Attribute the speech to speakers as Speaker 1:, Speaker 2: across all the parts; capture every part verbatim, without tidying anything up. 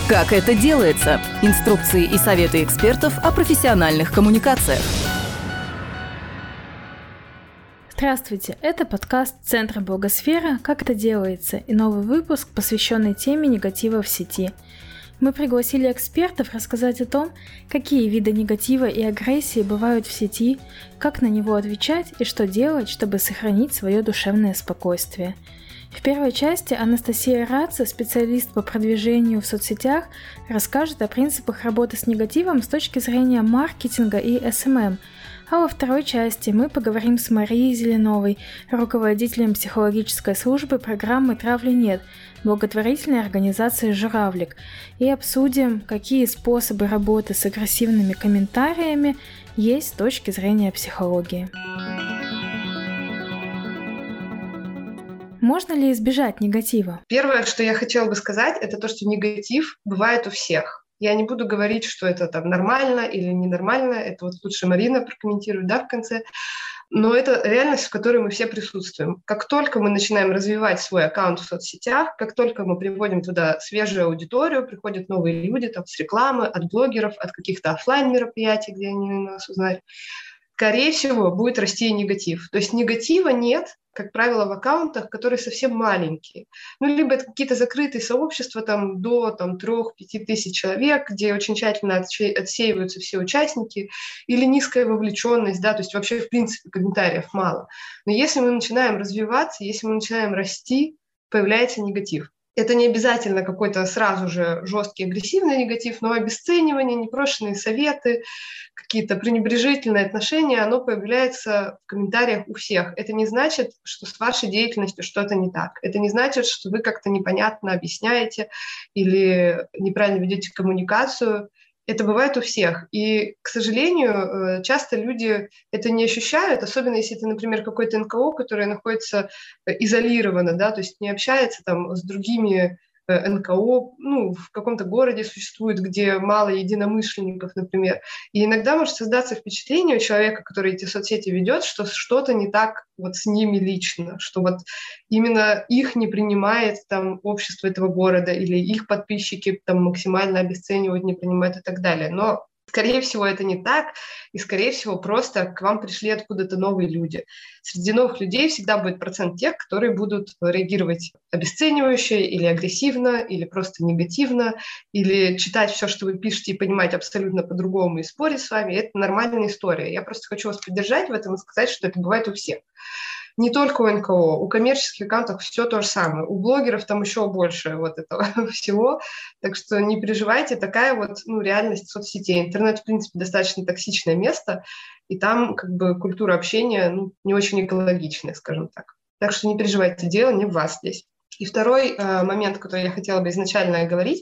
Speaker 1: Как это делается? Инструкции и советы экспертов о профессиональных коммуникациях.
Speaker 2: Здравствуйте, это подкаст Центра Благосфера «Как это делается» и новый выпуск, посвященный теме негатива в сети. Мы пригласили экспертов рассказать о том, какие виды негатива и агрессии бывают в сети, как на него отвечать и что делать, чтобы сохранить свое душевное спокойствие. В первой части Анастасия Раца, специалист по продвижению в соцсетях, расскажет о принципах работы с негативом с точки зрения маркетинга и эс эм эм. А во второй части мы поговорим с Марией Зеленовой, руководителем психологической службы программы «Травли нет» благотворительной организации «Журавлик», и обсудим, какие способы работы с агрессивными комментариями есть с точки зрения психологии. Можно ли избежать негатива?
Speaker 3: Первое, что я хотела бы сказать, это то, что негатив бывает у всех. Я не буду говорить, что это там нормально или ненормально, это вот лучше Марина прокомментирует, да, в конце. Но это реальность, в которой мы все присутствуем. Как только мы начинаем развивать свой аккаунт в соцсетях, как только мы приводим туда свежую аудиторию, приходят новые люди там, с рекламы, от блогеров, от каких-то офлайн мероприятий, где они нас узнают, скорее всего, будет расти и негатив. То есть негатива нет, как правило, в аккаунтах, которые совсем маленькие. Ну, либо это какие-то закрытые сообщества там, до там, три-пять тысяч человек, где очень тщательно отсеиваются все участники, или низкая вовлеченность, да, то есть вообще, в принципе, комментариев мало. Но если мы начинаем развиваться, если мы начинаем расти, появляется негатив. Это не обязательно какой-то сразу же жесткий агрессивный негатив, но обесценивание, непрошенные советы, какие-то пренебрежительные отношения, оно появляется в комментариях у всех. Это не значит, что с вашей деятельностью что-то не так. Это не значит, что вы как-то непонятно объясняете или неправильно ведете коммуникацию. Это бывает у всех. И, к сожалению, часто люди это не ощущают, особенно если это, например, какой-то эн ка о, которое находится изолированно, да, то есть не общается там с другими эн ка о, ну, в каком-то городе существует, где мало единомышленников, например. И иногда может создаться впечатление у человека, который эти соцсети ведет, что что-то не так вот с ними лично, что вот именно их не принимает там общество этого города или их подписчики там максимально обесценивают, не принимают и так далее. Но скорее всего, это не так, и, скорее всего, просто к вам пришли откуда-то новые люди. Среди новых людей всегда будет процент тех, которые будут реагировать обесценивающе или агрессивно, или просто негативно, или читать все, что вы пишете, и понимать абсолютно по-другому и спорить с вами. Это нормальная история. Я просто хочу вас поддержать в этом и сказать, что это бывает у всех. Не только у эн ка о, у коммерческих аккаунтов все то же самое. У блогеров там еще больше вот этого всего. Так что не переживайте, такая вот ну, реальность соцсетей. Интернет, в принципе, достаточно токсичное место, и там как бы культура общения ну, не очень экологичная, скажем так. Так что не переживайте, дело не в вас здесь. И второй э, момент, который я хотела бы изначально говорить,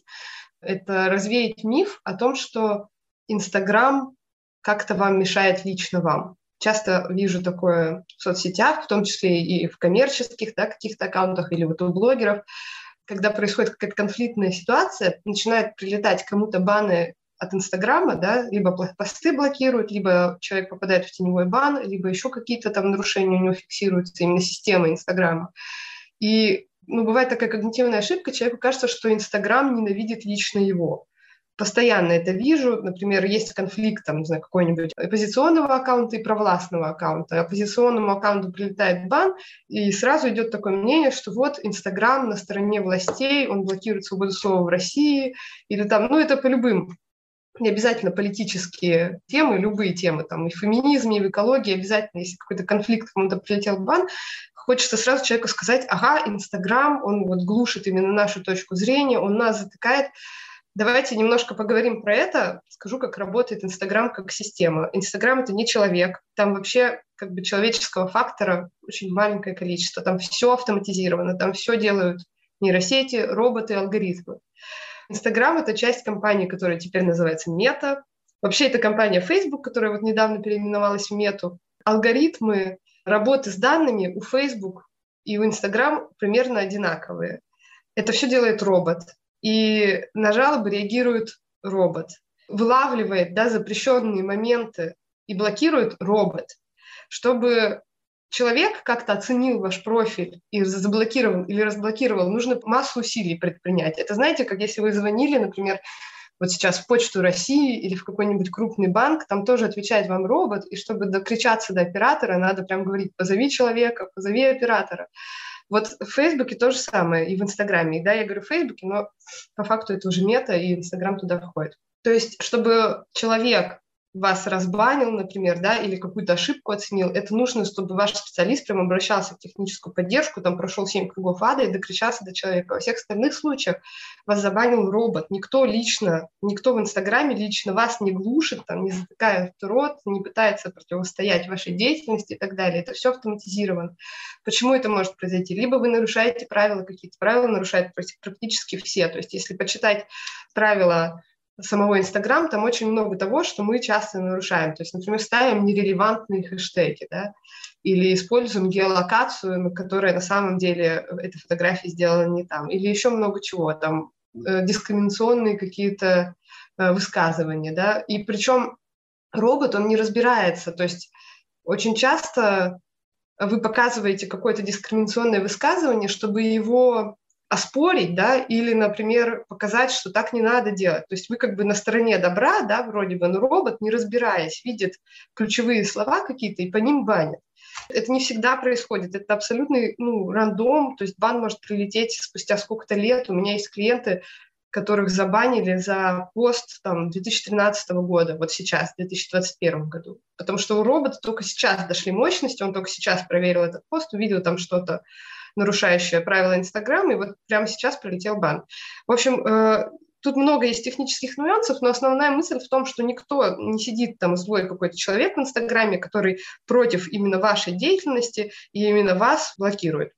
Speaker 3: это развеять миф о том, что Инстаграм как-то вам мешает лично вам. Часто вижу такое в соцсетях, в том числе и в коммерческих да, каких-то аккаунтах или вот у блогеров, когда происходит какая-то конфликтная ситуация, начинают прилетать кому-то баны от Инстаграма, да, либо посты блокируют, либо человек попадает в теневой бан, либо еще какие-то там нарушения у него фиксируются именно системой Инстаграма. И ну, бывает такая когнитивная ошибка, человеку кажется, что Инстаграм ненавидит лично его. Постоянно это вижу. Например, есть конфликт там, не знаю, какой-нибудь оппозиционного аккаунта и провластного аккаунта. Оппозиционному аккаунту прилетает бан, и сразу идет такое мнение, что вот Инстаграм на стороне властей, он блокирует свободу слова в России, или там, ну это по любым, не обязательно политические темы, любые темы, там и в феминизме, и в экологии, обязательно, если какой-то конфликт, кому-то прилетел бан, хочется сразу человеку сказать, ага, Инстаграм, он вот глушит именно нашу точку зрения, он нас затыкает. Давайте немножко поговорим про это. Скажу, как работает Инстаграм как система. Инстаграм — это не человек. Там вообще как бы человеческого фактора очень маленькое количество. Там все автоматизировано, там все делают нейросети, роботы, алгоритмы. Инстаграм — это часть компании, которая теперь называется Мета. Вообще это компания Facebook, которая вот недавно переименовалась в Мету. Алгоритмы работы с данными у Facebook и у Инстаграм примерно одинаковые. Это все делает робот. И на жалобы реагирует робот. Вылавливает да, запрещенные моменты и блокирует робот, чтобы человек как-то оценил ваш профиль и заблокировал или разблокировал, нужно массу усилий предпринять. Это, знаете, как если вы звонили, например, вот сейчас в Почту России или в какой-нибудь крупный банк, там тоже отвечает вам робот, и чтобы докричаться до оператора, надо прям говорить: позови человека, позови оператора. Вот в Фейсбуке то же самое, и в Инстаграме. И да, я говорю в Фейсбуке, но по факту это уже мета, и Инстаграм туда входит. То есть, чтобы человек вас разбанил, например, да, или какую-то ошибку оценил, это нужно, чтобы ваш специалист прям обращался в техническую поддержку, там прошел семь кругов ада и докричался до человека. Во всех остальных случаях вас забанил робот. Никто лично, никто в Инстаграме лично вас не глушит, там, не затыкает рот, не пытается противостоять вашей деятельности и так далее. Это все автоматизировано. Почему это может произойти? Либо вы нарушаете правила какие-то. Правила нарушают практически все. То есть если почитать правила самого Инстаграм, там очень много того, что мы часто нарушаем. То есть, например, ставим нерелевантные хэштеги, да, или используем геолокацию, которая на самом деле эта фотография сделана не там, или еще много чего, там э, дискриминационные какие-то э, высказывания, да, и причем робот, он не разбирается, то есть очень часто вы показываете какое-то дискриминационное высказывание, чтобы его оспорить, да, или, например, показать, что так не надо делать. То есть вы как бы на стороне добра, да, вроде бы, но робот, не разбираясь, видит ключевые слова какие-то и по ним банит. Это не всегда происходит, это абсолютный, ну, рандом, то есть бан может прилететь спустя сколько-то лет. У меня есть клиенты, которых забанили за пост там, две тысячи тринадцатого года, вот сейчас, в две тысячи двадцать первом году. Потому что у робота только сейчас дошли мощности, он только сейчас проверил этот пост, увидел там что-то, нарушающее правила Инстаграма, и вот прямо сейчас прилетел бан. В общем, э, тут много есть технических нюансов, но основная мысль в том, что никто не сидит там злой какой-то человек в Инстаграме, который против именно вашей деятельности и именно вас блокирует.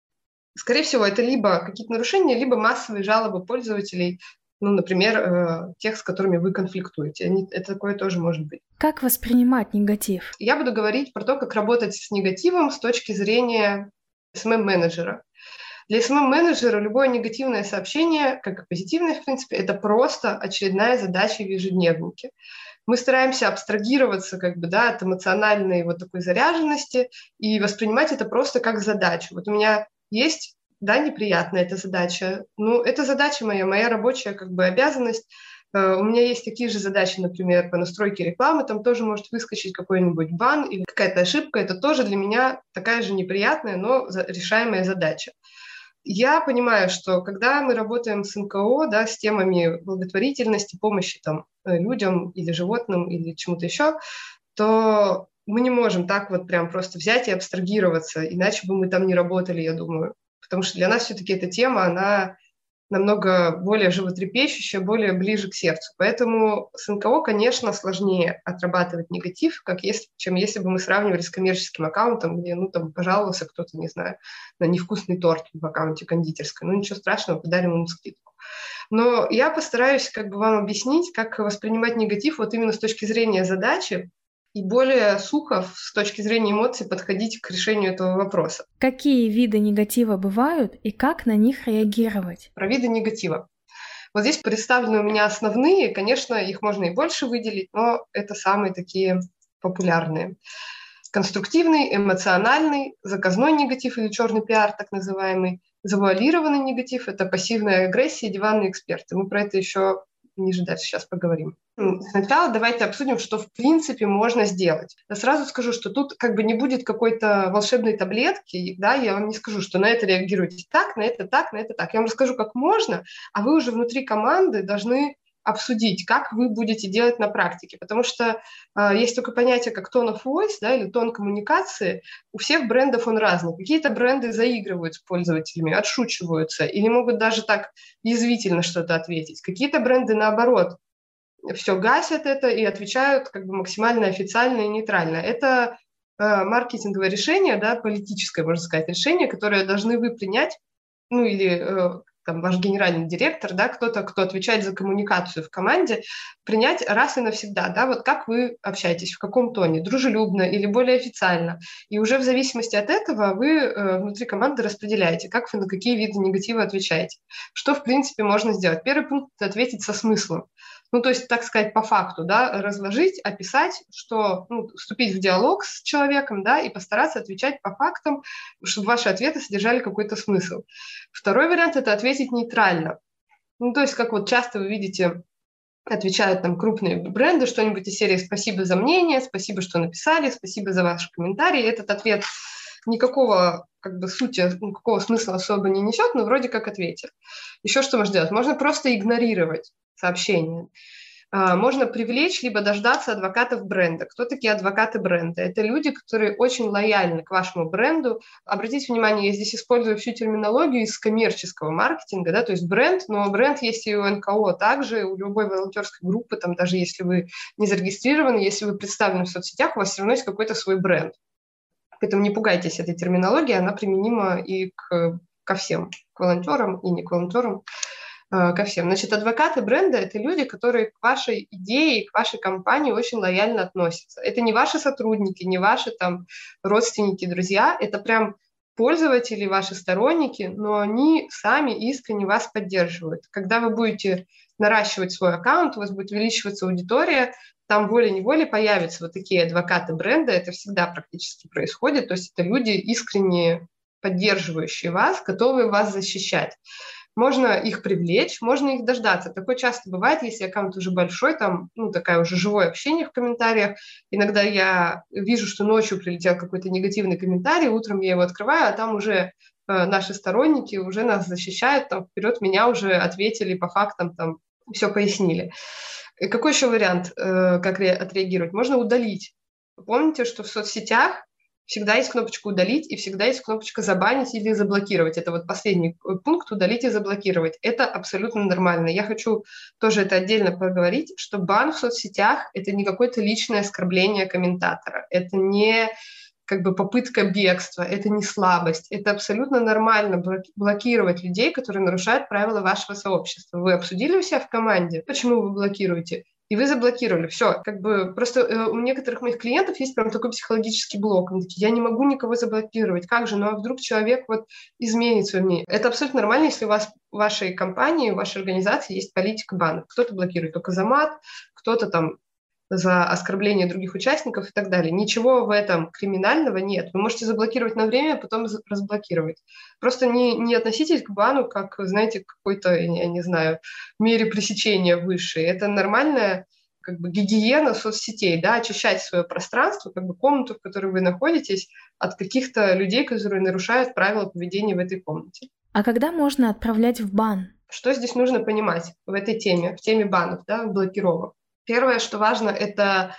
Speaker 3: Скорее всего, это либо какие-то нарушения, либо массовые жалобы пользователей, ну, например, э, тех, с которыми вы конфликтуете. Они, это такое тоже может быть.
Speaker 2: Как воспринимать негатив?
Speaker 3: Я буду говорить про то, как работать с негативом с точки зрения эс эм эм-менеджера. Для эс эм эм-менеджера любое негативное сообщение, как и позитивное, в принципе, это просто очередная задача в ежедневнике. Мы стараемся абстрагироваться как бы, да, от эмоциональной вот такой заряженности и воспринимать это просто как задачу. Вот у меня есть, да, неприятная эта задача, ну, это задача моя, моя рабочая как бы обязанность. У меня есть такие же задачи, например, по настройке рекламы, там тоже может выскочить какой-нибудь бан или какая-то ошибка, это тоже для меня такая же неприятная, но решаемая задача. Я понимаю, что когда мы работаем с эн ка о, да, с темами благотворительности, помощи там, людям или животным или чему-то еще, то мы не можем так вот прям просто взять и абстрагироваться, иначе бы мы там не работали, я думаю. Потому что для нас все-таки эта тема, она намного более животрепещущая, более ближе к сердцу. Поэтому с эн ка о, конечно, сложнее отрабатывать негатив, как если, чем если бы мы сравнивали с коммерческим аккаунтом, где, ну, там, пожаловался кто-то, не знаю, на невкусный торт в аккаунте кондитерской. Ну, ничего страшного, подарим ему скидку. Но я постараюсь как бы вам объяснить, как воспринимать негатив вот именно с точки зрения задачи, и более сухо с точки зрения эмоций подходить к решению этого вопроса.
Speaker 2: Какие виды негатива бывают и как на них реагировать?
Speaker 3: Про виды негатива. Вот здесь представлены у меня основные, конечно, их можно и больше выделить, но это самые такие популярные. Конструктивный, эмоциональный, заказной негатив или черный пиар, так называемый, завуалированный негатив – это пассивная агрессия, диванные эксперты. Мы про это еще ниже дальше сейчас поговорим. Сначала давайте обсудим, что в принципе можно сделать. Я сразу скажу, что тут как бы не будет какой-то волшебной таблетки, да, я вам не скажу, что на это реагируйте так, на это так, на это так. Я вам расскажу, как можно, а вы уже внутри команды должны обсудить, как вы будете делать на практике, потому что э, есть такое понятие, как tone of voice, да, или тон коммуникации. У всех брендов он разный. Какие-то бренды заигрывают с пользователями, отшучиваются или могут даже так язвительно что-то ответить. Какие-то бренды, наоборот, все гасят это и отвечают как бы максимально официально и нейтрально. Это э, маркетинговое решение, да, политическое, можно сказать, решение, которое должны вы принять, ну или э, там, ваш генеральный директор, да, кто-то, кто отвечает за коммуникацию в команде, принять раз и навсегда, да, вот как вы общаетесь, в каком тоне, дружелюбно или более официально. И уже в зависимости от этого вы э, внутри команды распределяете, как вы на какие виды негатива отвечаете. Что, в принципе, можно сделать? Первый пункт – это ответить со смыслом. Ну, то есть, так сказать, по факту, да, разложить, описать, что, ну, вступить в диалог с человеком, да, и постараться отвечать по фактам, чтобы ваши ответы содержали какой-то смысл. Второй вариант – это ответить нейтрально. Ну, то есть, как вот часто вы видите, отвечают там крупные бренды, что-нибудь из серии «Спасибо за мнение», «Спасибо, что написали», «Спасибо за ваши комментарии». Этот ответ никакого как бы сути, никакого смысла особо не несет, но вроде как ответил. Еще что можно делать? Можно просто игнорировать сообщение. Можно привлечь либо дождаться адвокатов бренда. Кто такие адвокаты бренда? Это люди, которые очень лояльны к вашему бренду. Обратите внимание, я здесь использую всю терминологию из коммерческого маркетинга, да, то есть бренд, но бренд есть и у эн ка о также, у любой волонтерской группы, там, даже если вы не зарегистрированы, если вы представлены в соцсетях, у вас все равно есть какой-то свой бренд. Поэтому не пугайтесь этой терминологии, она применима и к, ко всем, к волонтерам и не к волонтерам, ко всем. Значит, адвокаты бренда – это люди, которые к вашей идее, к вашей компании очень лояльно относятся. Это не ваши сотрудники, не ваши там родственники, друзья, это прям пользователи, ваши сторонники, но они сами искренне вас поддерживают. Когда вы будете наращивать свой аккаунт, у вас будет увеличиваться аудитория, там волей-неволей появятся вот такие адвокаты бренда, это всегда практически происходит, то есть это люди, искренне поддерживающие вас, готовые вас защищать. Можно их привлечь, можно их дождаться. Такое часто бывает, если аккаунт уже большой, там, ну, такое уже живое общение в комментариях. Иногда я вижу, что ночью прилетел какой-то негативный комментарий, утром я его открываю, а там уже э, наши сторонники уже нас защищают, там, вперед меня уже ответили по фактам, там, все пояснили. И какой еще вариант, э, как ре- отреагировать? Можно удалить. Помните, что в соцсетях всегда есть кнопочка «удалить» и всегда есть кнопочка «забанить» или «заблокировать». Это вот последний пункт «удалить» и «заблокировать». Это абсолютно нормально. Я хочу тоже это отдельно поговорить, что бан в соцсетях – это не какое-то личное оскорбление комментатора. Это не как бы попытка бегства, это не слабость. Это абсолютно нормально блокировать людей, которые нарушают правила вашего сообщества. Вы обсудили у себя в команде, почему вы блокируете? И вы заблокировали. Все. Как бы просто э, у некоторых моих клиентов есть прям такой психологический блок. Они такие, я не могу никого заблокировать. Как же? Ну а вдруг человек вот изменит свое мнение? Это абсолютно нормально, если у вас в вашей компании, в вашей организации есть политика банов. Кто-то блокирует только за мат, кто-то там за оскорбление других участников и так далее. Ничего в этом криминального нет. Вы можете заблокировать на время, а потом разблокировать. Просто не, не относитесь к бану как, знаете, к какой-то, я не знаю, мере пресечения высшей. Это нормальная как бы гигиена соцсетей, да, очищать свое пространство, как бы комнату, в которой вы находитесь, от каких-то людей, которые нарушают правила поведения в этой комнате.
Speaker 2: А когда можно отправлять в бан?
Speaker 3: Что здесь нужно понимать в этой теме, в теме банов, да, блокировок? Первое, что важно, это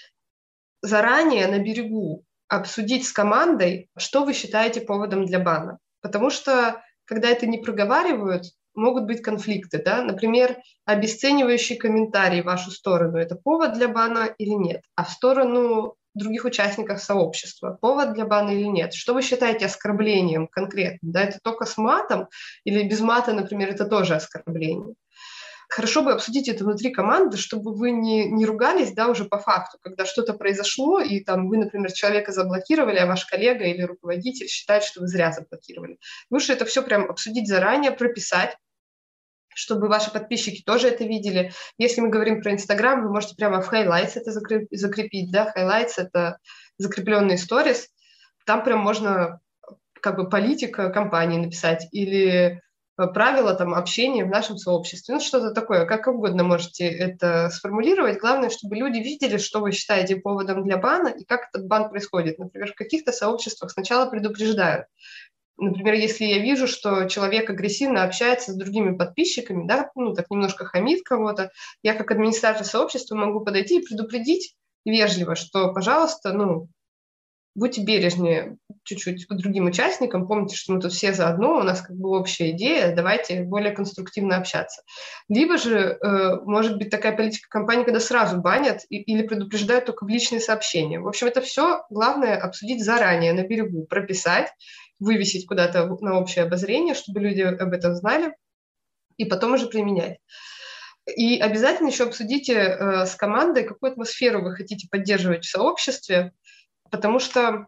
Speaker 3: заранее на берегу обсудить с командой, что вы считаете поводом для бана. Потому что, когда это не проговаривают, могут быть конфликты. Да? Например, обесценивающий комментарий в вашу сторону – это повод для бана или нет? А в сторону других участников сообщества – повод для бана или нет? Что вы считаете оскорблением конкретно? Да? Это только с матом или без мата, например, это тоже оскорбление? Хорошо бы обсудить это внутри команды, чтобы вы не, не ругались, да, уже по факту, когда что-то произошло, и там вы, например, человека заблокировали, а ваш коллега или руководитель считает, что вы зря заблокировали. Лучше это все прям обсудить заранее, прописать, чтобы ваши подписчики тоже это видели. Если мы говорим про Инстаграм, вы можете прямо в highlights это закрепить, да, highlights — это закрепленные сторис, там прям можно как бы политика компании написать или правила там общения в нашем сообществе, ну что-то такое, как угодно можете это сформулировать. Главное, чтобы люди видели, что вы считаете поводом для бана и как этот бан происходит. Например, в каких-то сообществах сначала предупреждают. Например, если я вижу, что человек агрессивно общается с другими подписчиками, да, ну так немножко хамит кого-то, я как администратор сообщества могу подойти и предупредить вежливо, что, пожалуйста, ну, будьте бережнее чуть-чуть к другим участникам, помните, что мы тут все заодно, у нас как бы общая идея, давайте более конструктивно общаться. Либо же, э, может быть, такая политика компании, когда сразу банят и, или предупреждают только в личные сообщения. В общем, это все главное обсудить заранее, на берегу, прописать, вывесить куда-то на общее обозрение, чтобы люди об этом знали, и потом уже применять. И обязательно еще обсудите э, с командой, какую атмосферу вы хотите поддерживать в сообществе, потому что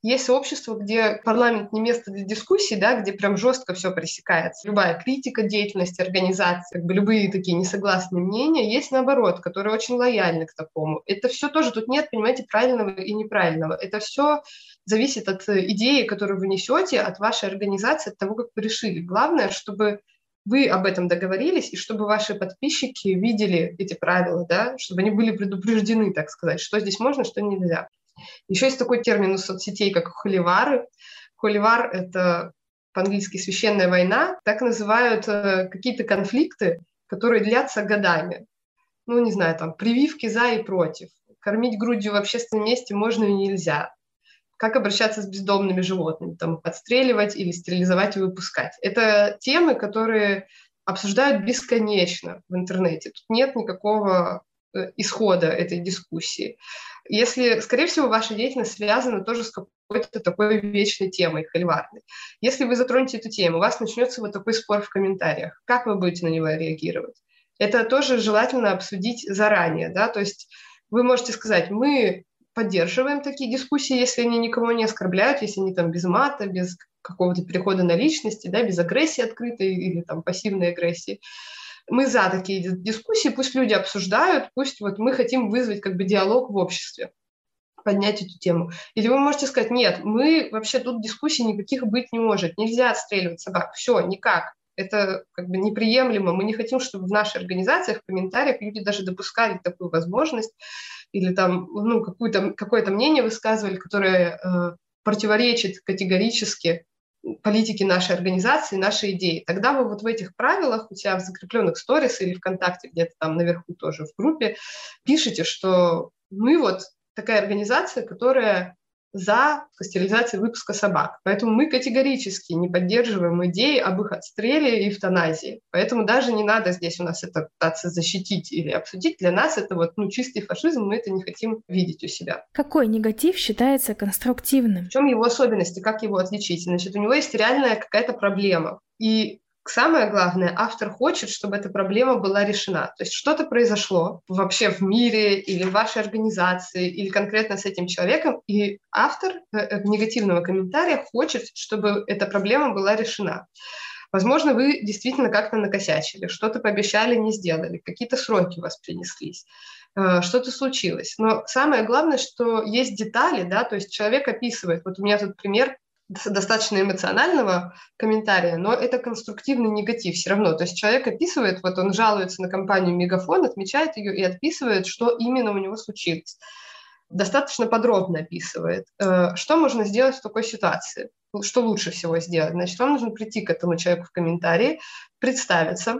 Speaker 3: Есть сообщество, где парламент не место для дискуссий, да, где прям жестко все пресекается. Любая критика деятельности организации, как бы любые такие несогласные мнения, есть наоборот, которые очень лояльны к такому. Это все тоже, тут нет, понимаете, правильного и неправильного. Это все зависит от идеи, которую вы несете, от вашей организации, от того, как вы решили. Главное, чтобы вы об этом договорились, и чтобы ваши подписчики видели эти правила, да, чтобы они были предупреждены, так сказать, что здесь можно, что нельзя. Еще есть такой термин у соцсетей, как холивары. Холивар — это по-английски «священная война». Так называют э, какие-то конфликты, которые длятся годами. Ну, не знаю, там, прививки за и против. Кормить грудью в общественном месте можно и нельзя. Как обращаться с бездомными животными, там, подстреливать или стерилизовать и выпускать. Это темы, которые обсуждают бесконечно в интернете. Тут нет никакого исхода этой дискуссии. Если, скорее всего, ваша деятельность связана тоже с какой-то такой вечной темой, холиварной. Если вы затронете эту тему, у вас начнется вот такой спор в комментариях. Как вы будете на него реагировать? Это тоже желательно обсудить заранее, да, то есть вы можете сказать, мы поддерживаем такие дискуссии, если они никого не оскорбляют, если они там без мата, без какого-то перехода на личности, да, без агрессии открытой или там пассивной агрессии. Мы за такие дискуссии, пусть люди обсуждают, пусть вот мы хотим вызвать как бы диалог в обществе, поднять эту тему. Или вы можете сказать, нет, мы вообще тут дискуссий никаких быть не может, нельзя отстреливать собак, все, никак. Это как бы неприемлемо. Мы не хотим, чтобы в наших организациях, в комментариях люди даже допускали такую возможность или там, ну, какую-то, какое-то мнение высказывали, которое э, противоречит категорически политики нашей организации, нашей идеи. Тогда вы вот в этих правилах у себя в закрепленных сторис или ВКонтакте, где-то там наверху тоже в группе, пишите, что мы вот такая организация, которая за стерилизацию выпуска собак. Поэтому мы категорически не поддерживаем идеи об их отстреле и эвтаназии. Поэтому даже не надо здесь у нас это пытаться защитить или обсудить. Для нас это вот, ну, чистый фашизм, мы это не хотим видеть у себя.
Speaker 2: Какой негатив считается конструктивным?
Speaker 3: В чем его особенности, как его отличить? Значит, у него есть реальная какая-то проблема. И самое главное, автор хочет, чтобы эта проблема была решена. То есть что-то произошло вообще в мире или в вашей организации, или конкретно с этим человеком, и автор э, негативного комментария хочет, чтобы эта проблема была решена. Возможно, вы действительно как-то накосячили, что-то пообещали, не сделали, какие-то сроки у вас принеслись, э, что-то случилось. Но самое главное, что есть детали, да, то есть человек описывает, вот у меня тут пример достаточно эмоционального комментария, но это конструктивный негатив все равно. То есть человек описывает, вот он жалуется на компанию Мегафон, отмечает ее и отписывает, что именно у него случилось. Достаточно подробно описывает. Что можно сделать в такой ситуации? Что лучше всего сделать? Значит, вам нужно прийти к этому человеку в комментарии, представиться.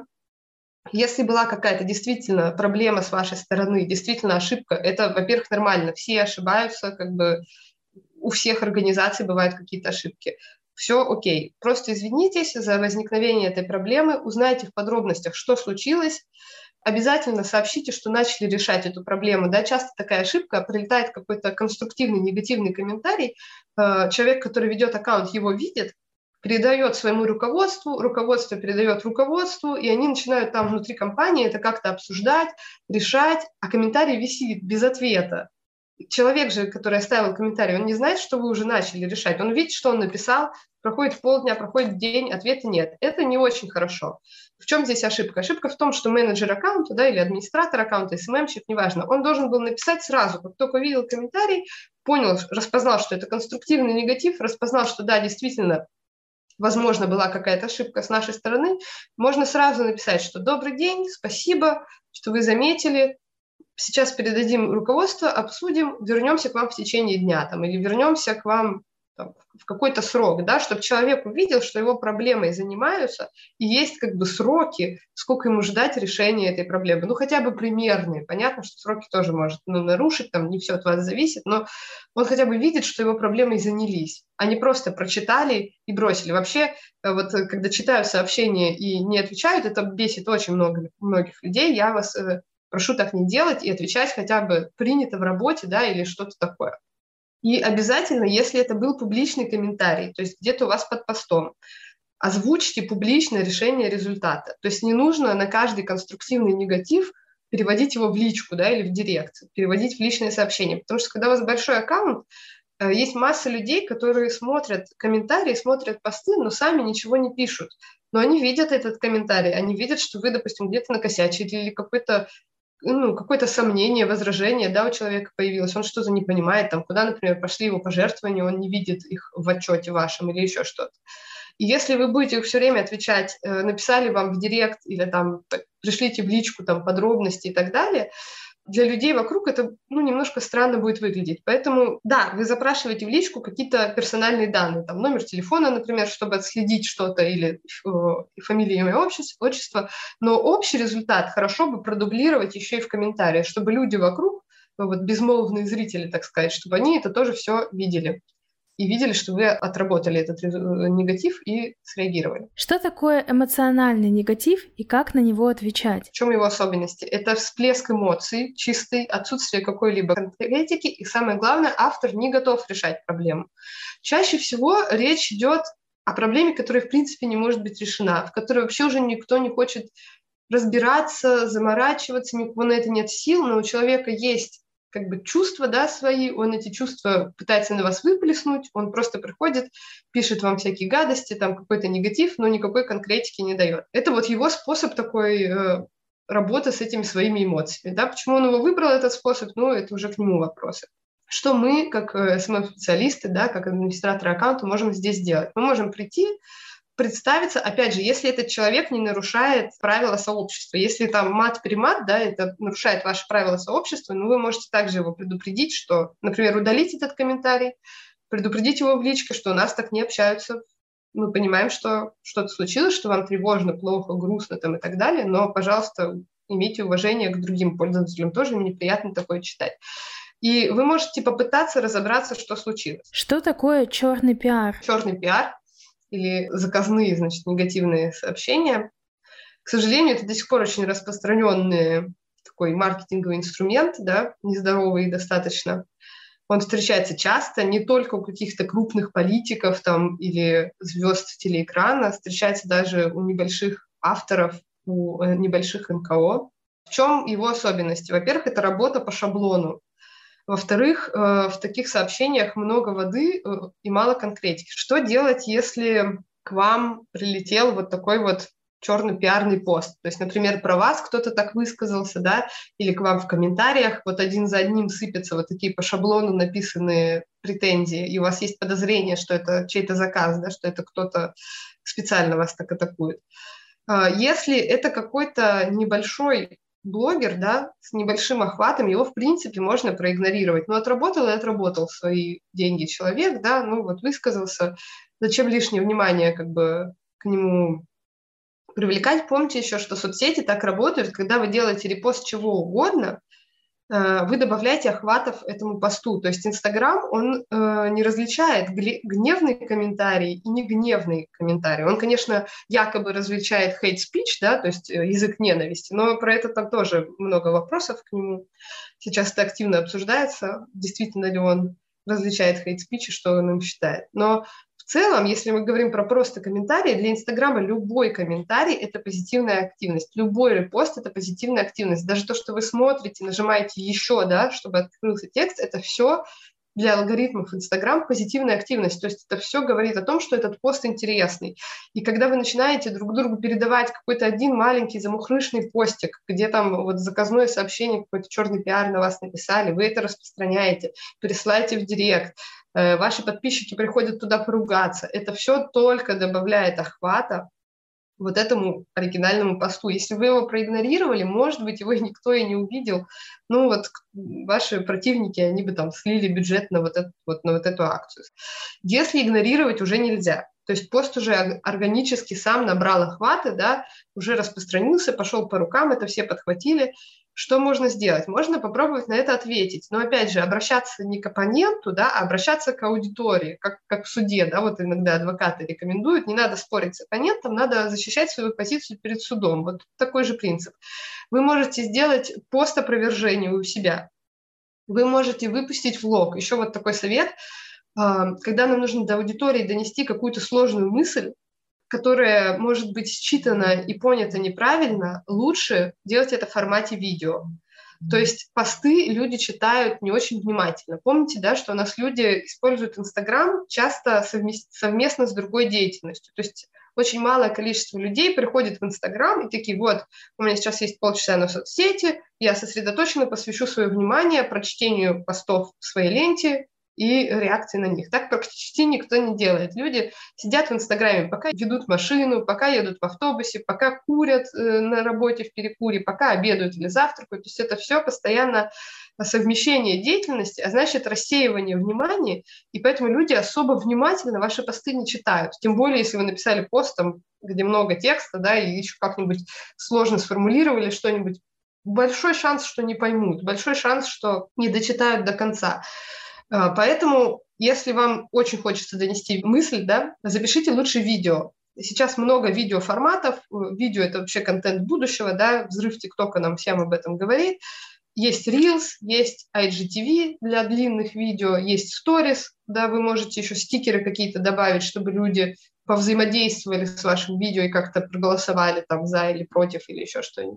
Speaker 3: Если была какая-то действительно проблема с вашей стороны, действительно ошибка, это, во-первых, нормально. Все ошибаются, как бы у всех организаций бывают какие-то ошибки. Все окей. Просто извинитесь за возникновение этой проблемы, узнайте в подробностях, что случилось. Обязательно сообщите, что начали решать эту проблему. Да, часто такая ошибка, прилетает какой-то конструктивный, негативный комментарий. Человек, который ведет аккаунт, его видит, передает своему руководству, руководство передает руководству, и они начинают там внутри компании это как-то обсуждать, решать, а комментарий висит без ответа. Человек же, который оставил комментарий, он не знает, что вы уже начали решать. Он видит, что он написал, проходит полдня, проходит день, ответа нет. Это не очень хорошо. В чем здесь ошибка? Ошибка в том, что менеджер аккаунта, да, или администратор аккаунта, эс эм эм-щик, неважно, он должен был написать сразу, как только увидел комментарий, понял, распознал, что это конструктивный негатив, распознал, что да, действительно, возможно, была какая-то ошибка с нашей стороны, можно сразу написать, что добрый день, спасибо, что вы заметили, сейчас передадим руководство, обсудим, вернемся к вам в течение дня там, или вернемся к вам там, в какой-то срок, да, чтобы человек увидел, что его проблемой занимаются, и есть как бы сроки, сколько ему ждать решения этой проблемы. Ну, хотя бы примерные. Понятно, что сроки тоже может ну, нарушить, там не все от вас зависит, но он хотя бы видит, что его проблемой занялись, а не просто прочитали и бросили. Вообще, вот когда читаю сообщения и не отвечают, это бесит очень много, многих людей. Я вас прошу так не делать и отвечать хотя бы принято в работе, да, или что-то такое. И обязательно, если это был публичный комментарий, то есть где-то у вас под постом, озвучьте публично решение результата. То есть не нужно на каждый конструктивный негатив переводить его в личку, да, или в директ, переводить в личные сообщения. Потому что когда у вас большой аккаунт, Есть масса людей, которые смотрят комментарии, смотрят посты, но сами ничего не пишут. Но они видят этот комментарий, они видят, что вы, допустим, где-то накосячили или какой-то ну, какое-то сомнение, возражение, да, у человека появилось, он что-то не понимает, там, куда, например, пошли его пожертвования, он не видит их в отчете вашем или еще что-то. И если вы будете все время отвечать, э, написали вам в директ или там пришлите в личку там подробности и так далее, для людей вокруг это ну, немножко странно будет выглядеть. Поэтому, да, вы запрашиваете в личку какие-то персональные данные, там номер телефона, например, чтобы отследить что-то, или э, фамилия, имя, отчество, отчество, но общий результат хорошо бы продублировать еще и в комментариях, чтобы люди вокруг, ну, вот безмолвные зрители, так сказать, чтобы они это тоже все видели. И видели, что вы отработали этот негатив и среагировали.
Speaker 2: Что такое эмоциональный негатив и как на него отвечать?
Speaker 3: В чем его особенности? Это всплеск эмоций, чистый, отсутствие какой-либо конкретики, и самое главное, автор не готов решать проблему. Чаще всего речь идет о проблеме, которая в принципе не может быть решена, в которой вообще уже никто не хочет разбираться, заморачиваться, никого на это нет сил, но у человека есть как бы чувства, да, свои, он эти чувства пытается на вас выплеснуть, он просто приходит, пишет вам всякие гадости, там какой-то негатив, но никакой конкретики не дает. Это вот его способ такой э, работы с этими своими эмоциями, да. Почему он его выбрал, этот способ, ну, это уже к нему вопросы. Что мы, как э, эс эм эм-специалисты, да, как администраторы аккаунта, можем здесь сделать? Мы можем прийти, представиться, опять же, если этот человек не нарушает правила сообщества. Если там мат-примат, да, это нарушает ваши правила сообщества, ну, вы можете также его предупредить, что, например, удалить этот комментарий, предупредить его в личке, что у нас так не общаются. Мы понимаем, что что-то случилось, что вам тревожно, плохо, грустно там и так далее, но, пожалуйста, имейте уважение к другим пользователям, тоже мне неприятно такое читать. И вы можете попытаться разобраться, что случилось.
Speaker 2: Что такое черный пиар?
Speaker 3: Черный пиар или заказные, значит, негативные сообщения. К сожалению, это до сих пор очень распространенный такой маркетинговый инструмент, да, нездоровый достаточно. Он встречается часто, не только у каких-то крупных политиков там, или звезд телеэкрана, встречается даже у небольших авторов, у небольших эн ка о. В чем его особенности? Во-первых, это работа по шаблону. Во-вторых, в таких сообщениях много воды и мало конкретики. Что делать, если к вам прилетел вот такой вот черный пиарный пост? То есть, например, про вас кто-то так высказался, да, или к вам в комментариях вот один за одним сыпятся вот такие по шаблону написанные претензии, и у вас есть подозрение, что это чей-то заказ, да, что это кто-то специально вас так атакует. Если это какой-то небольшой блогер, да, с небольшим охватом, его, в принципе, можно проигнорировать. Ну, отработал и отработал свои деньги человек, да, ну, вот высказался. Зачем лишнее внимание, как бы, к нему привлекать? Помните еще, что соцсети так работают, когда вы делаете репост чего угодно, вы добавляете охватов этому посту. То есть Инстаграм, он э, не различает гневный комментарий и негневный комментарий. Он, конечно, якобы различает hate speech, да, то есть язык ненависти, но про это там тоже много вопросов к нему. Сейчас это активно обсуждается, действительно ли он различает hate speech и что он им считает. Но в целом, если мы говорим про просто комментарии, для Инстаграма любой комментарий – это позитивная активность. Любой репост – это позитивная активность. Даже то, что вы смотрите, нажимаете «еще», да, чтобы открылся текст, это все для алгоритмов Инстаграм позитивная активность. То есть это все говорит о том, что этот пост интересный. И когда вы начинаете друг другу передавать какой-то один маленький замухрышный постик, где там вот заказное сообщение, какой-то черный пиар на вас написали, вы это распространяете, пересылаете в директ, ваши подписчики приходят туда поругаться. Это все только добавляет охвата вот этому оригинальному посту. Если вы его проигнорировали, может быть, его никто и не увидел. Ну вот ваши противники, они бы там слили бюджет на вот, эту, вот, на вот эту акцию. Если игнорировать уже нельзя. То есть пост уже органически сам набрал охваты, да, уже распространился, пошел по рукам, это все подхватили. Что можно сделать? Можно попробовать на это ответить. Но, опять же, обращаться не к оппоненту, да, а обращаться к аудитории, как, как в суде. Да, вот иногда адвокаты рекомендуют, не надо спорить с оппонентом, надо защищать свою позицию перед судом. Вот такой же принцип. Вы можете сделать пост опровержения у себя. Вы можете выпустить влог. Еще вот такой совет. Когда нам нужно до аудитории донести какую-то сложную мысль, которая может быть считана и понята неправильно, лучше делать это в формате видео. То есть посты люди читают не очень внимательно. Помните, да, что у нас люди используют Инстаграм часто совместно с другой деятельностью. То есть очень малое количество людей приходит в Инстаграм и такие: вот, у меня сейчас есть полчаса на соцсети, я сосредоточенно посвящу свое внимание прочтению постов в своей ленте и реакции на них. Так почти никто не делает. Люди сидят в Инстаграме, пока ведут машину, пока едут в автобусе, пока курят э, на работе в перекуре, пока обедают или завтракают. То есть это все постоянно совмещение деятельности, а значит рассеивание внимания, и поэтому люди особо внимательно ваши посты не читают. Тем более, если вы написали пост, там, где много текста, да, и еще как-нибудь сложно сформулировали что-нибудь, большой шанс, что не поймут, большой шанс, что не дочитают до конца. Поэтому, если вам очень хочется донести мысль, да, запишите лучше видео. Сейчас много видеоформатов. Видео — это вообще контент будущего, да, взрыв ТикТока нам всем об этом говорит. Есть Reels, есть ай джи ти ви для длинных видео, есть Stories, да, вы можете еще стикеры какие-то добавить, чтобы люди повзаимодействовали с вашим видео и как-то проголосовали там за или против или еще что-нибудь.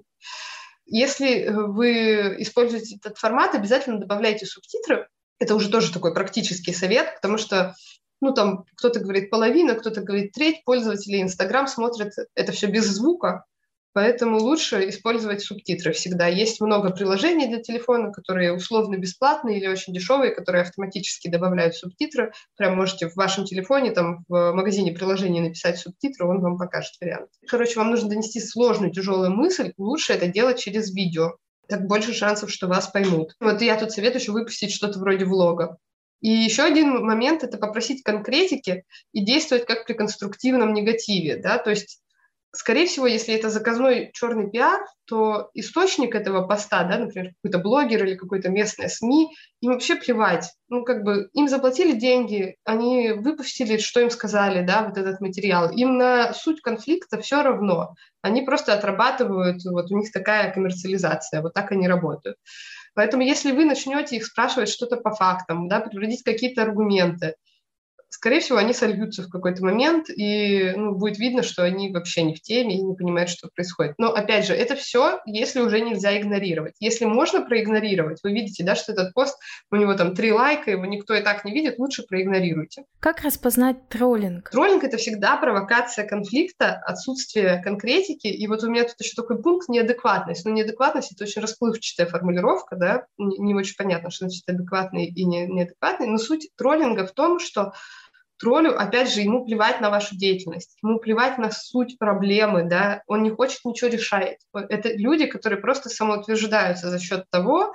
Speaker 3: Если вы используете этот формат, обязательно добавляйте субтитры. Это уже тоже такой практический совет, потому что, ну, там, кто-то говорит половина, кто-то говорит треть пользователей Инстаграм смотрят это все без звука, поэтому лучше использовать субтитры всегда. Есть много приложений для телефона, которые условно бесплатные или очень дешевые, которые автоматически добавляют субтитры. Прям можете в вашем телефоне, там, в магазине приложений написать субтитры, он вам покажет вариант. Короче, вам нужно донести сложную, тяжелую мысль, лучше это делать через видео. Так больше шансов, что вас поймут. Вот я тут советую еще выпустить что-то вроде влога. И еще один момент — это попросить конкретики и действовать как при конструктивном негативе. Да? То есть, скорее всего, если это заказной черный пиар, то источник этого поста, да, например, какой-то блогер или какой-то местная СМИ, им вообще плевать. Ну, как бы им заплатили деньги, они выпустили, что им сказали, да, вот этот материал. Им на суть конфликта все равно. Они просто отрабатывают, вот у них такая коммерциализация, вот так они работают. Поэтому если вы начнете их спрашивать что-то по фактам, да, приводить какие-то аргументы, скорее всего, они сольются в какой-то момент, и ну, будет видно, что они вообще не в теме и не понимают, что происходит. Но, опять же, это все, если уже нельзя игнорировать. Если можно проигнорировать, вы видите, да, что этот пост, у него там три лайка, его никто и так не видит, лучше проигнорируйте.
Speaker 2: Как распознать троллинг?
Speaker 3: Троллинг — это всегда провокация конфликта, отсутствие конкретики. И вот у меня тут еще такой пункт — неадекватность. Но неадекватность — это очень расплывчатая формулировка, да, не, не очень понятно, что значит адекватный и не, неадекватный. Но суть троллинга в том, что троллю, опять же, ему плевать на вашу деятельность, ему плевать на суть проблемы, да, он не хочет ничего решать. Это люди, которые просто самоутверждаются за счет того,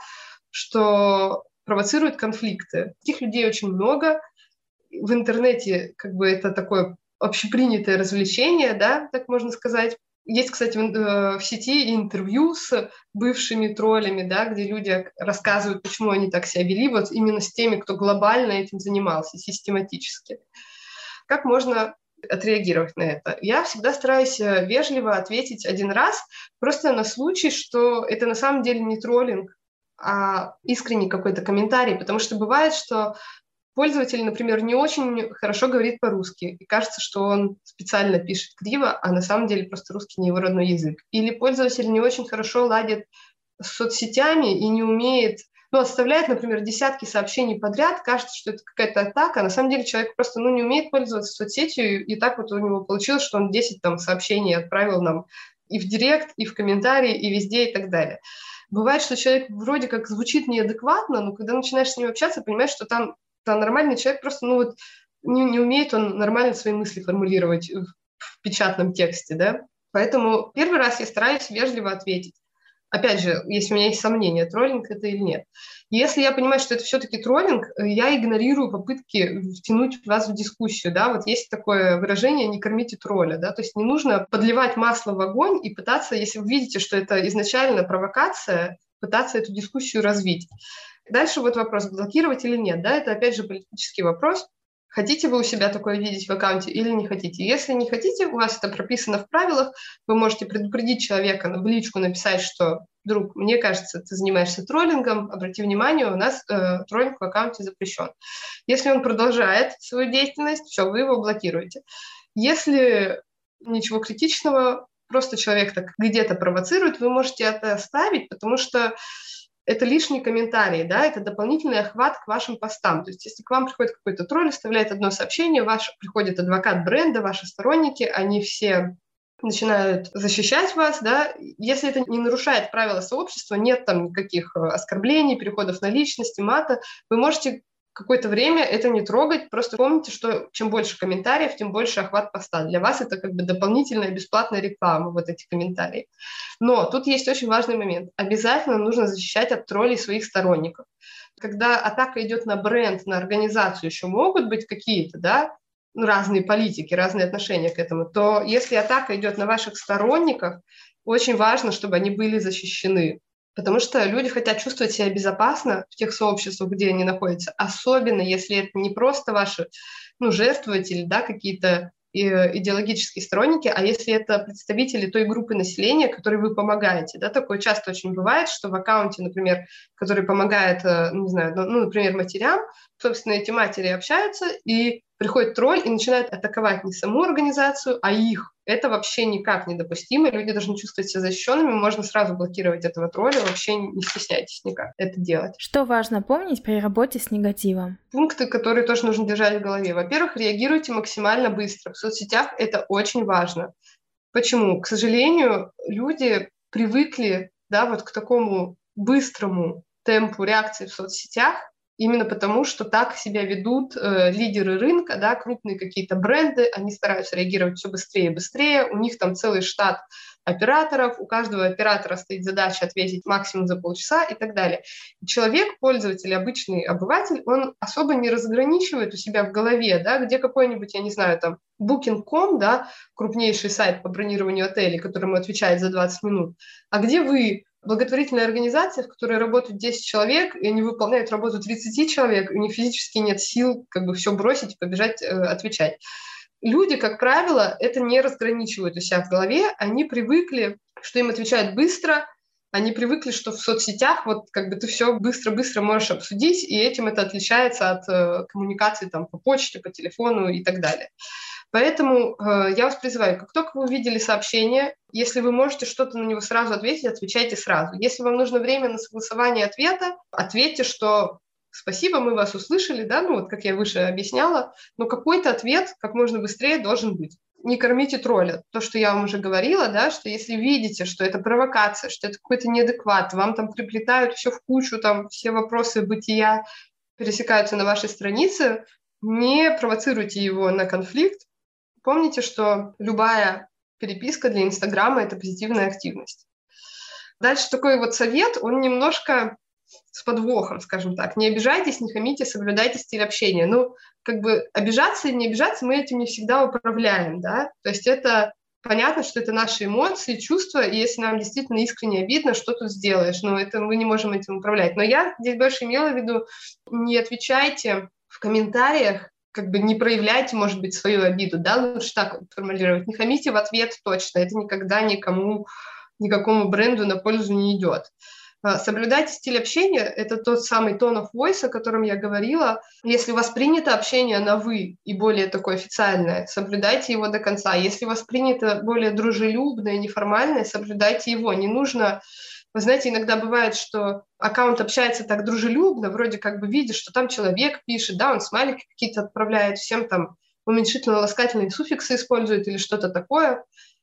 Speaker 3: что провоцируют конфликты. Таких людей очень много. В интернете как бы это такое общепринятое развлечение, да, так можно сказать. Есть, кстати, в, в сети интервью с бывшими троллями, да, где люди рассказывают, почему они так себя вели, вот именно с теми, кто глобально этим занимался, систематически. Как можно отреагировать на это? Я всегда стараюсь вежливо ответить один раз, просто на случай, что это на самом деле не троллинг, а искренний какой-то комментарий, потому что бывает, что пользователь, например, не очень хорошо говорит по-русски, и кажется, что он специально пишет криво, а на самом деле просто русский не его родной язык. Или пользователь не очень хорошо ладит с соцсетями и не умеет, ну, оставляет, например, десятки сообщений подряд, кажется, что это какая-то атака, а на самом деле человек просто, ну, не умеет пользоваться соцсетью, и так вот у него получилось, что он десять там сообщений отправил нам и в директ, и в комментарии, и везде, и так далее. Бывает, что человек вроде как звучит неадекватно, но когда начинаешь с ним общаться, понимаешь, что там нормальный человек просто, ну вот, не, не умеет он нормально свои мысли формулировать в, в печатном тексте, да. Поэтому первый раз я стараюсь вежливо ответить. Опять же, если у меня есть сомнения, троллинг это или нет. Если я понимаю, что это все-таки троллинг, я игнорирую попытки втянуть вас в дискуссию, да. Вот есть такое выражение «не кормите тролля», да, то есть не нужно подливать масло в огонь и пытаться, если вы видите, что это изначально провокация, пытаться эту дискуссию развить. Дальше вот вопрос, блокировать или нет, да, это опять же политический вопрос. Хотите вы у себя такое видеть в аккаунте или не хотите? Если не хотите, у вас это прописано в правилах, вы можете предупредить человека, в личку написать, что, друг, мне кажется, ты занимаешься троллингом, обрати внимание, у нас э, троллинг в аккаунте запрещен. Если он продолжает свою деятельность, все, вы его блокируете. Если ничего критичного, просто человек так где-то провоцирует, вы можете это оставить, потому что это лишние комментарии, да, это дополнительный охват к вашим постам. То есть если к вам приходит какой-то тролль, оставляет одно сообщение, ваш приходит адвокат бренда, ваши сторонники, они все начинают защищать вас, да, если это не нарушает правила сообщества, нет там никаких оскорблений, переходов на личности, мата, вы можете какое-то время это не трогать, просто помните, что чем больше комментариев, тем больше охват поста. Для вас это как бы дополнительная бесплатная реклама, вот эти комментарии. Но тут есть очень важный момент. Обязательно нужно защищать от троллей своих сторонников. Когда атака идет на бренд, на организацию, еще могут быть какие-то, да, ну, разные политики, разные отношения к этому, то если атака идет на ваших сторонников, очень важно, чтобы они были защищены. Потому что люди хотят чувствовать себя безопасно в тех сообществах, где они находятся, особенно если это не просто ваши, ну, жертвователи, да, какие-то идеологические сторонники, а если это представители той группы населения, которой вы помогаете. Да, такое часто очень бывает, что в аккаунте, например, который помогает, не знаю, ну, например, матерям, собственно, эти матери общаются, и приходит тролль и начинает атаковать не саму организацию, а их. Это вообще никак недопустимо. Люди должны чувствовать себя защищенными. Можно сразу блокировать этого тролля. Вообще не стесняйтесь никак это делать.
Speaker 2: Что важно помнить при работе с негативом?
Speaker 3: Пункты, которые тоже нужно держать в голове. Во-первых, реагируйте максимально быстро. В соцсетях это очень важно. Почему? К сожалению, люди привыкли, да, вот к такому быстрому темпу реакции в соцсетях, именно потому, что так себя ведут э, лидеры рынка, да, крупные какие-то бренды, они стараются реагировать все быстрее и быстрее, у них там целый штат операторов, у каждого оператора стоит задача ответить максимум за полчаса и так далее. И человек, пользователь, обычный обыватель, он особо не разграничивает у себя в голове, да, где какой-нибудь, я не знаю, там, букинг точка ком, да, крупнейший сайт по бронированию отелей, которому отвечает за двадцать минут, а где вы, благотворительная организация, в которой работают десять человек, и они выполняют работу тридцать человек, у них физически нет сил как бы все бросить и побежать э, отвечать. Люди, как правило, это не разграничивают у себя в голове, они привыкли, что им отвечают быстро, они привыкли, что в соцсетях вот как бы ты все быстро-быстро можешь обсудить, и этим это отличается от э, коммуникации там по почте, по телефону и так далее. Поэтому э, я вас призываю, как только вы увидели сообщение, если вы можете что-то на него сразу ответить, отвечайте сразу. Если вам нужно время на согласование ответа, ответьте, что спасибо, мы вас услышали, да, ну вот как я выше объясняла, но какой-то ответ как можно быстрее должен быть. Не кормите тролля. То, что я вам уже говорила, да, что если видите, что это провокация, что это какой-то неадекват, вам там приплетают все в кучу, там все вопросы бытия пересекаются на вашей странице, не провоцируйте его на конфликт. Помните, что любая переписка для Инстаграма – это позитивная активность. Дальше такой вот совет, он немножко с подвохом, скажем так. Не обижайтесь, не хамите, соблюдайте стиль общения. Ну, как бы обижаться и не обижаться мы этим не всегда управляем, да. То есть это понятно, что это наши эмоции, чувства, и если нам действительно искренне обидно, что тут сделаешь? Но это мы не можем этим управлять. Но я здесь больше имела в виду, не отвечайте в комментариях, как бы не проявляйте, может быть, свою обиду, да, лучше так формулировать. Не хамите в ответ точно, это никогда никому, никакому бренду на пользу не идет. Соблюдайте стиль общения, это тот самый tone of voice, о котором я говорила. Если у вас принято общение на «вы» и более такое официальное, соблюдайте его до конца. Если у вас принято более дружелюбное, неформальное, соблюдайте его. Не нужно... Вы знаете, иногда бывает, что аккаунт общается так дружелюбно, вроде как бы видишь, что там человек пишет, да, он смайлики какие-то отправляет, всем там уменьшительно-ласкательные суффиксы использует или что-то такое,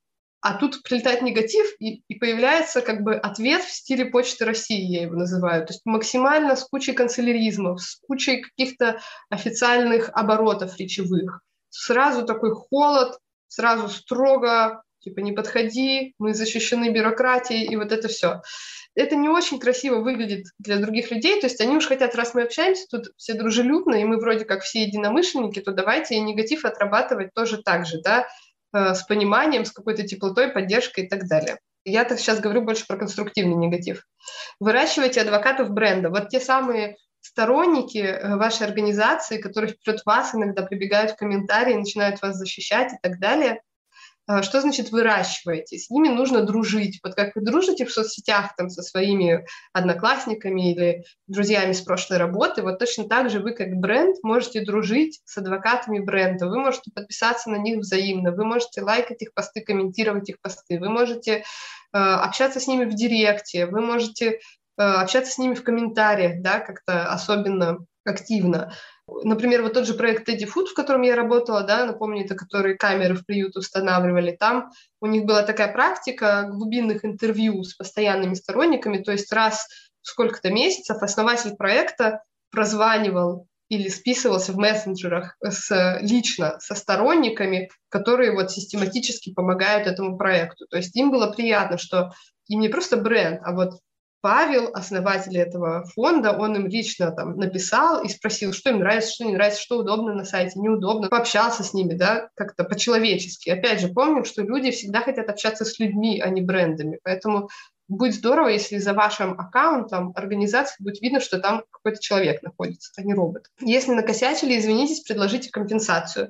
Speaker 3: а тут прилетает негатив, и, и появляется как бы ответ в стиле Почты России, я его называю, то есть максимально с кучей канцеляризмов, с кучей каких-то официальных оборотов речевых. Сразу такой холод, сразу строго, типа не подходи, мы защищены бюрократией, и вот это все. Это не очень красиво выглядит для других людей, то есть они уж хотят, раз мы общаемся, тут все дружелюбно, и мы вроде как все единомышленники, то давайте и негатив отрабатывать тоже так же, да, с пониманием, с какой-то теплотой, поддержкой и так далее. Я так сейчас говорю больше про конструктивный негатив. Выращивайте адвокатов бренда. Вот те самые сторонники вашей организации, которые вперед вас иногда прибегают в комментарии, начинают вас защищать и так далее. Что значит выращиваете? С ними нужно дружить. Вот как вы дружите в соцсетях там, со своими одноклассниками или друзьями с прошлой работы, вот точно так же вы как бренд можете дружить с адвокатами бренда. Вы можете подписаться на них взаимно, вы можете лайкать их посты, комментировать их посты, вы можете э, общаться с ними в директе, вы можете общаться с ними в комментариях, да, как-то особенно активно. Например, вот тот же проект Teddy Food, в котором я работала, да, напомню, это которые камеры в приют устанавливали, там у них была такая практика глубинных интервью с постоянными сторонниками, то есть раз в сколько-то месяцев основатель проекта прозванивал или списывался в мессенджерах с, лично со сторонниками, которые вот систематически помогают этому проекту. То есть им было приятно, что им не просто бренд, а вот Павел, основатель этого фонда, он им лично там написал и спросил, что им нравится, что не нравится, что удобно на сайте, неудобно, пообщался с ними, да, как-то по-человечески. Опять же, помним, что люди всегда хотят общаться с людьми, а не брендами, поэтому будет здорово, если за вашим аккаунтом организации будет видно, что там какой-то человек находится, а не робот. Если накосячили, извинитесь, предложите компенсацию.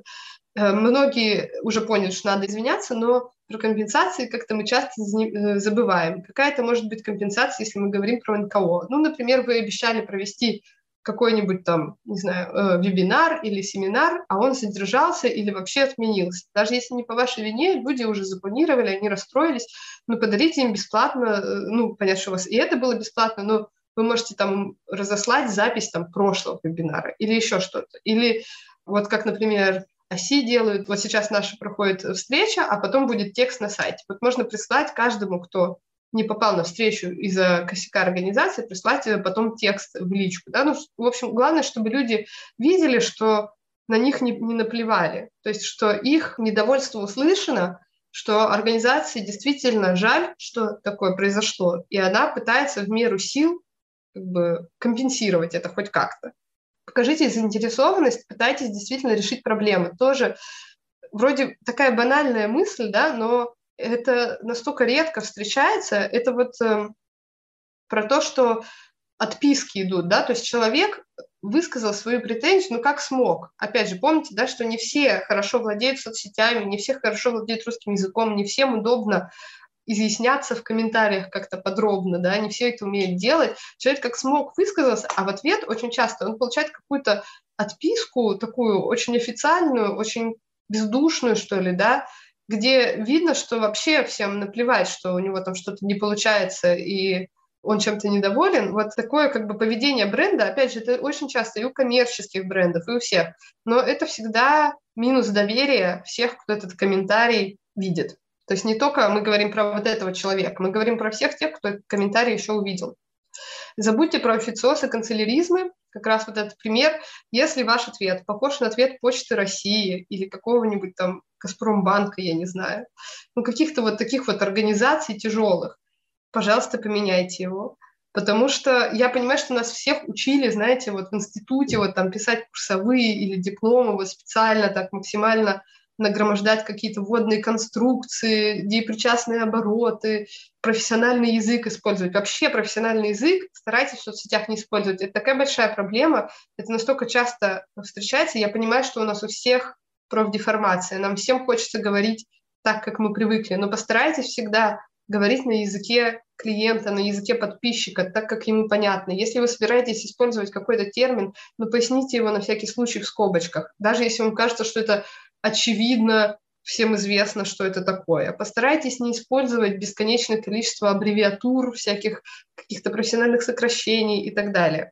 Speaker 3: Многие уже поняли, что надо извиняться, но про компенсации как-то мы часто забываем. Какая-то может быть компенсация, если мы говорим про эн ка о. Ну, например, вы обещали провести какой-нибудь там, не знаю, вебинар или семинар, а он задержался или вообще отменился. Даже если не по вашей вине, люди уже запланировали, они расстроились, но подарите им бесплатно, ну, понятно, что у вас и это было бесплатно, но вы можете там разослать запись там прошлого вебинара или еще что-то. Или вот как, например, оси делают, вот сейчас наша проходит встреча, а потом будет текст на сайте. Вот можно прислать каждому, кто не попал на встречу из-за косяка организации, прислать потом текст в личку. Да? Ну, в общем, главное, чтобы люди видели, что на них не, не наплевали, то есть что их недовольство услышано, что организации действительно жаль, что такое произошло, и она пытается в меру сил как бы компенсировать это хоть как-то. Покажите заинтересованность, пытайтесь действительно решить проблемы. Тоже вроде такая банальная мысль, да, но это настолько редко встречается. Это вот э, про то, что отписки идут, да, то есть человек высказал свою претензию, ну как смог. Опять же, помните, да, что не все хорошо владеют соцсетями, не все хорошо владеют русским языком, не всем удобно изъясняться в комментариях как-то подробно, да, не все это умеют делать. Человек как смог высказался, а в ответ очень часто он получает какую-то отписку, такую очень официальную, очень бездушную, что ли, да, где видно, что вообще всем наплевать, что у него там что-то не получается и он чем-то недоволен. Вот такое как бы поведение бренда, опять же, это очень часто и у коммерческих брендов, и у всех, но это всегда минус доверия всех, кто этот комментарий видит. То есть не только мы говорим про вот этого человека, мы говорим про всех тех, кто этот комментарий еще увидел. Забудьте про официоз и канцеляризмы. Как раз вот этот пример. Если ваш ответ похож на ответ Почты России или какого-нибудь там Газпромбанка, я не знаю, ну каких-то вот таких вот организаций тяжелых, пожалуйста, поменяйте его. Потому что я понимаю, что нас всех учили, знаете, вот в институте вот там писать курсовые или дипломы вот специально так максимально нагромождать какие-то вводные конструкции, депричастные обороты, профессиональный язык использовать. Вообще профессиональный язык старайтесь в соцсетях не использовать. Это такая большая проблема, это настолько часто встречается. Я понимаю, что у нас у всех профдеформация, нам всем хочется говорить так, как мы привыкли, но постарайтесь всегда говорить на языке клиента, на языке подписчика, так, как ему понятно. Если вы собираетесь использовать какой-то термин, ну, поясните его на всякий случай в скобочках. Даже если вам кажется, что это очевидно, всем известно, что это такое. Постарайтесь не использовать бесконечное количество аббревиатур, всяких каких-то профессиональных сокращений и так далее.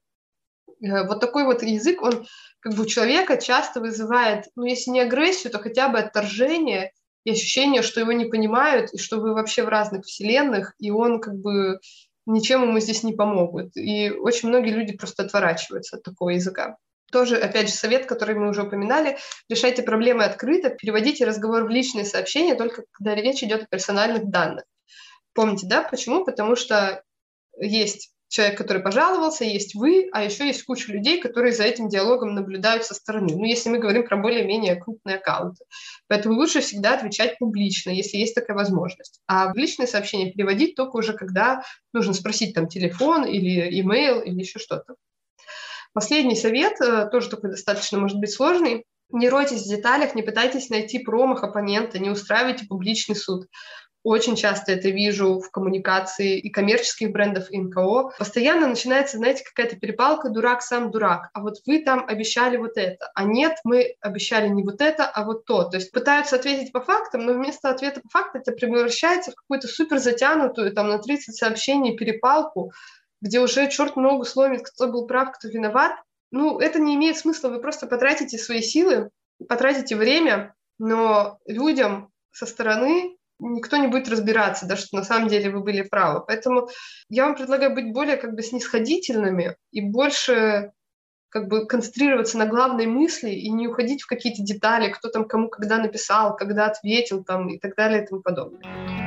Speaker 3: Вот такой вот язык, он как бы у человека часто вызывает, ну, если не агрессию, то хотя бы отторжение и ощущение, что его не понимают, и что вы вообще в разных вселенных, и он как бы ничем ему здесь не помогут. И очень многие люди просто отворачиваются от такого языка. Тоже, опять же, совет, который мы уже упоминали, решайте проблемы открыто, переводите разговор в личные сообщения только когда речь идет о персональных данных. Помните, да? Почему? Потому что есть человек, который пожаловался, есть вы, а еще есть куча людей, которые за этим диалогом наблюдают со стороны. Ну, если мы говорим про более-менее крупные аккаунты. Поэтому лучше всегда отвечать публично, если есть такая возможность. А в личные сообщения переводить только уже, когда нужно спросить там телефон или имейл или еще что-то. Последний совет, тоже такой достаточно, может быть, сложный. Не ройтесь в деталях, не пытайтесь найти промах оппонента, не устраивайте публичный суд. Очень часто это вижу в коммуникации и коммерческих брендов, и эн ка о. Постоянно начинается, знаете, какая-то перепалка «дурак сам дурак», а вот вы там обещали вот это, а нет, мы обещали не вот это, а вот то. То есть пытаются ответить по фактам, но вместо ответа по фактам это превращается в какую-то супер затянутую, там, на тридцать сообщений перепалку, где уже черт ногу сломит, кто был прав, кто виноват, ну, это не имеет смысла, вы просто потратите свои силы, потратите время, но людям со стороны никто не будет разбираться, да, что на самом деле вы были правы. Поэтому я вам предлагаю быть более как бы снисходительными и больше как бы концентрироваться на главной мысли и не уходить в какие-то детали, кто там кому когда написал, когда ответил там, и так далее и тому подобное.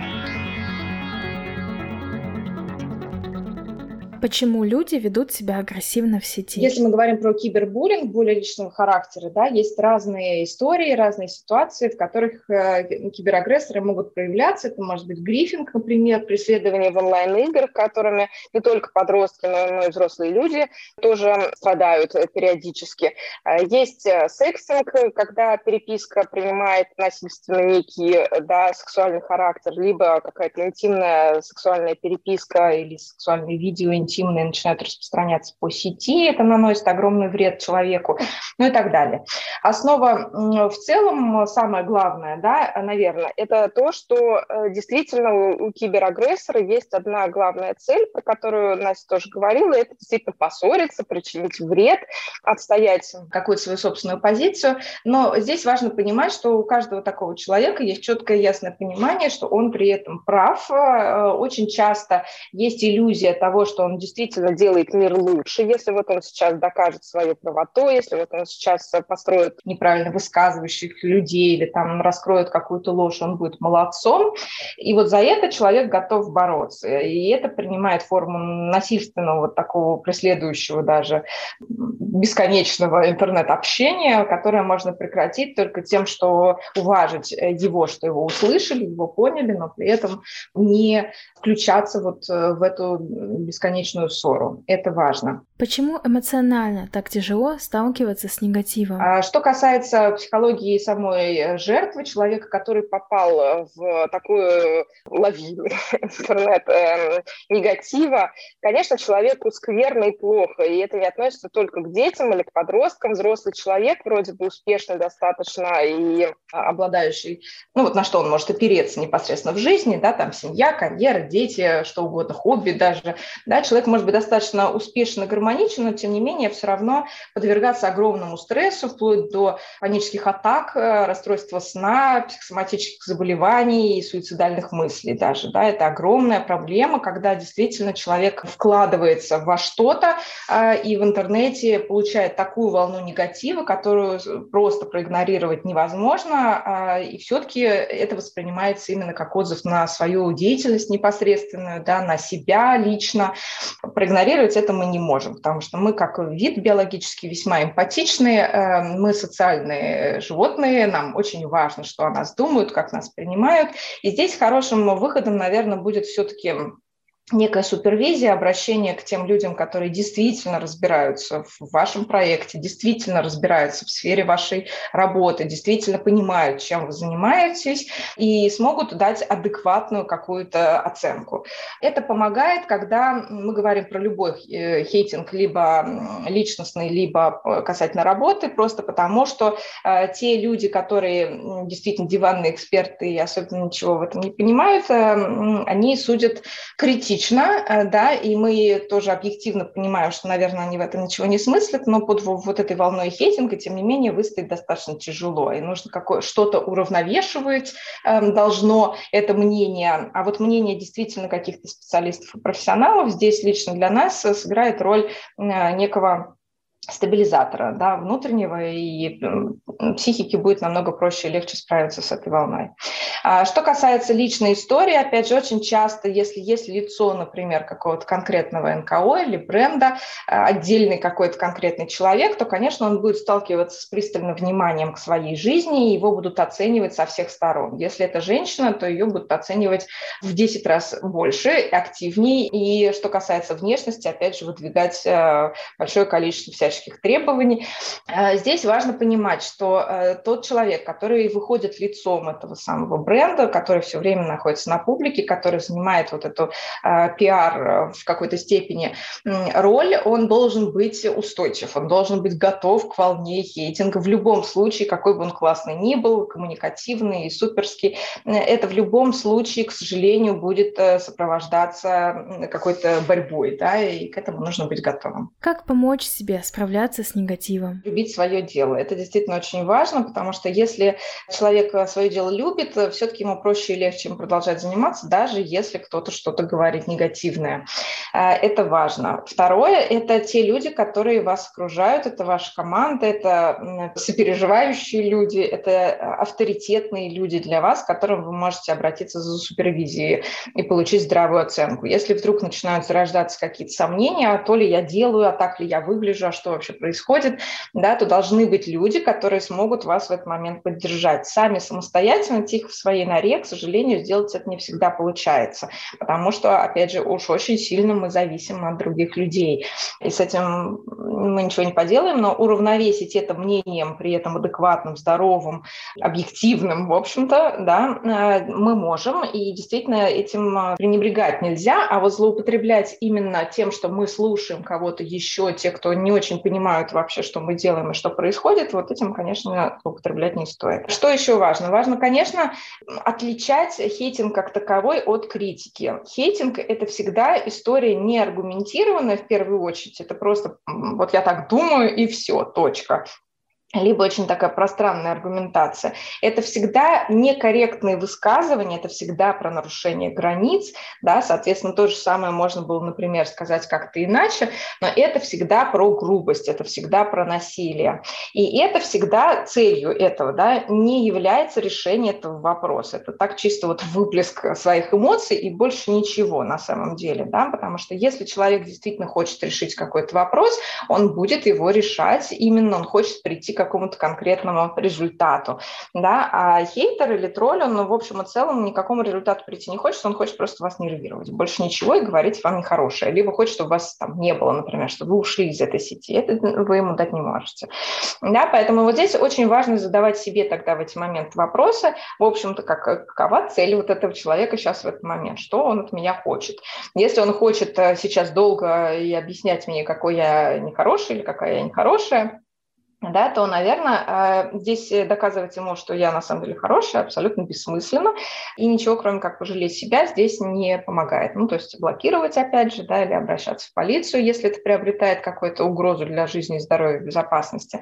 Speaker 2: Почему люди ведут себя агрессивно в сети?
Speaker 4: Если мы говорим про кибербуллинг более личного характера, да, есть разные истории, разные ситуации, в которых э, киберагрессоры могут проявляться. Это может быть грифинг, например, преследование в онлайн-играх, которыми не только подростки, но и взрослые люди тоже страдают периодически. Есть секстинг, когда переписка принимает насильственно некий, да, сексуальный характер, либо какая-то интимная сексуальная переписка или сексуальные видео интимные начинают распространяться по сети, это наносит огромный вред человеку, ну и так далее. Основа в целом, самое главное, да, наверное, это то, что действительно у киберагрессора есть одна главная цель, про которую Настя тоже говорила, это действительно поссориться, причинить вред, отстоять какую-то свою собственную позицию, но здесь важно понимать, что у каждого такого человека есть четкое ясное понимание, что он при этом прав. Очень часто есть иллюзия того, что он действительно делает мир лучше, если вот он сейчас докажет свою правоту, если вот он сейчас построит неправильно высказывающих людей или там раскроет какую-то ложь, он будет молодцом. И вот за это человек готов бороться. И это принимает форму насильственного вот такого преследующего даже бесконечного интернет-общения, которое можно прекратить только тем, что уважить его, что его услышали, его поняли, но при этом не включаться вот в эту бесконечную ссору. Это важно.
Speaker 2: Почему эмоционально так тяжело сталкиваться с негативом?
Speaker 4: Что касается психологии самой жертвы, человека, который попал в такую лавину интернет-негатива, конечно, человеку скверно и плохо, и это не относится только к детям или к подросткам. Взрослый человек, вроде бы успешный достаточно и обладающий, ну вот на что он может опереться непосредственно в жизни, да, там семья, карьера, дети, что угодно, хобби даже, да, человек может быть достаточно успешен и гармоничен, но тем не менее все равно подвергаться огромному стрессу, вплоть до панических атак, расстройства сна, психосоматических заболеваний и суицидальных мыслей даже. Да, это огромная проблема, когда действительно человек вкладывается во что-то и в интернете получает такую волну негатива, которую просто проигнорировать невозможно, и все-таки это воспринимается именно как отзыв на свою деятельность непосредственную, да, на себя лично. Проигнорировать это мы не можем, потому что мы как вид биологически весьма эмпатичные, мы социальные животные, нам очень важно, что о нас думают, как нас принимают. И здесь хорошим выходом, наверное, будет все-таки некая супервизия, обращение к тем людям, которые действительно разбираются в вашем проекте, действительно разбираются в сфере вашей работы, действительно понимают, чем вы занимаетесь, и смогут дать адекватную какую-то оценку. Это помогает, когда мы говорим про любой хейтинг, либо личностный, либо касательно работы, просто потому что э, те люди, которые действительно диванные эксперты и особенно ничего в этом не понимают, э, они судят критично, да, и мы тоже объективно понимаем, что, наверное, они в этом ничего не смыслят, но под вот этой волной хейтинга, тем не менее, выстоять достаточно тяжело, и нужно какое- что-то уравновешивать э, должно это мнение, а вот мнение действительно каких-то специалистов и профессионалов здесь лично для нас сыграет роль э, некого стабилизатора, да, внутреннего, и психике будет намного проще и легче справиться с этой волной. А что касается личной истории, опять же, очень часто, если есть лицо, например, какого-то конкретного эн ка о или бренда, отдельный какой-то конкретный человек, то, конечно, он будет сталкиваться с пристальным вниманием к своей жизни, и его будут оценивать со всех сторон. Если это женщина, то ее будут оценивать в десять раз больше, активнее, и что касается внешности, опять же, выдвигать большое количество всяческих всяческих требований. Здесь важно понимать, что тот человек, который выходит лицом этого самого бренда, который все время находится на публике, который занимает вот эту пиар в какой-то степени роль, он должен быть устойчив, он должен быть готов к волне хейтинга в любом случае, какой бы он классный ни был, коммуникативный и суперский. Это в любом случае, к сожалению, будет сопровождаться какой-то борьбой, да, и к этому нужно быть готовым.
Speaker 2: Как помочь себе справляться с негативом?
Speaker 4: Любить свое дело. Это действительно очень важно, потому что если человек свое дело любит, все-таки ему проще и легче им продолжать заниматься, даже если кто-то что-то говорит негативное. Это важно. Второе – это те люди, которые вас окружают, это ваша команда, это сопереживающие люди, это авторитетные люди для вас, к которым вы можете обратиться за супервизией и получить здравую оценку. Если вдруг начинают зарождаться какие-то сомнения, а то ли я делаю, а так ли я выгляжу, а что вообще происходит, да, то должны быть люди, которые смогут вас в этот момент поддержать. Сами самостоятельно, тихо в своей норе, к сожалению, сделать это не всегда получается, потому что, опять же, уж очень сильно мы зависим от других людей. И с этим мы ничего не поделаем, но уравновесить это мнением, при этом адекватным, здоровым, объективным, в общем-то, да, мы можем, и действительно этим пренебрегать нельзя, а вот злоупотреблять именно тем, что мы слушаем кого-то еще, те, кто не очень понимают вообще, что мы делаем и что происходит, вот этим, конечно, злоупотреблять не стоит. Что еще важно? Важно, конечно, отличать хейтинг как таковой от критики. Хейтинг – это всегда история не аргументированная в первую очередь, это просто вот я так думаю и все, точка. Либо очень такая пространная аргументация. Это всегда некорректные высказывания, это всегда про нарушение границ, да, соответственно, то же самое можно было, например, сказать как-то иначе, но это всегда про грубость, это всегда про насилие. И это всегда целью этого, да, не является решение этого вопроса. Это так чисто вот выплеск своих эмоций и больше ничего на самом деле, да, потому что если человек действительно хочет решить какой-то вопрос, он будет его решать, именно он хочет прийти к какому-то конкретному результату, да, а хейтер или тролль, он, ну, в общем и целом, ни к какому результату прийти не хочет, он хочет просто вас нервировать, больше ничего и говорить вам нехорошее, либо хочет, чтобы вас там не было, например, чтобы вы ушли из этой сети, это вы ему дать не можете, да, поэтому вот здесь очень важно задавать себе тогда в эти моменты вопросы, в общем-то, как, какова цель вот этого человека сейчас в этот момент, что он от меня хочет, если он хочет сейчас долго и объяснять мне, какой я нехороший или какая я нехорошая, да, то, наверное, здесь доказывать ему, что я на самом деле хорошая, абсолютно бессмысленно, и ничего, кроме как пожалеть себя, здесь не помогает. Ну, то есть блокировать, опять же, да, или обращаться в полицию, если это приобретает какую-то угрозу для жизни, здоровья, безопасности.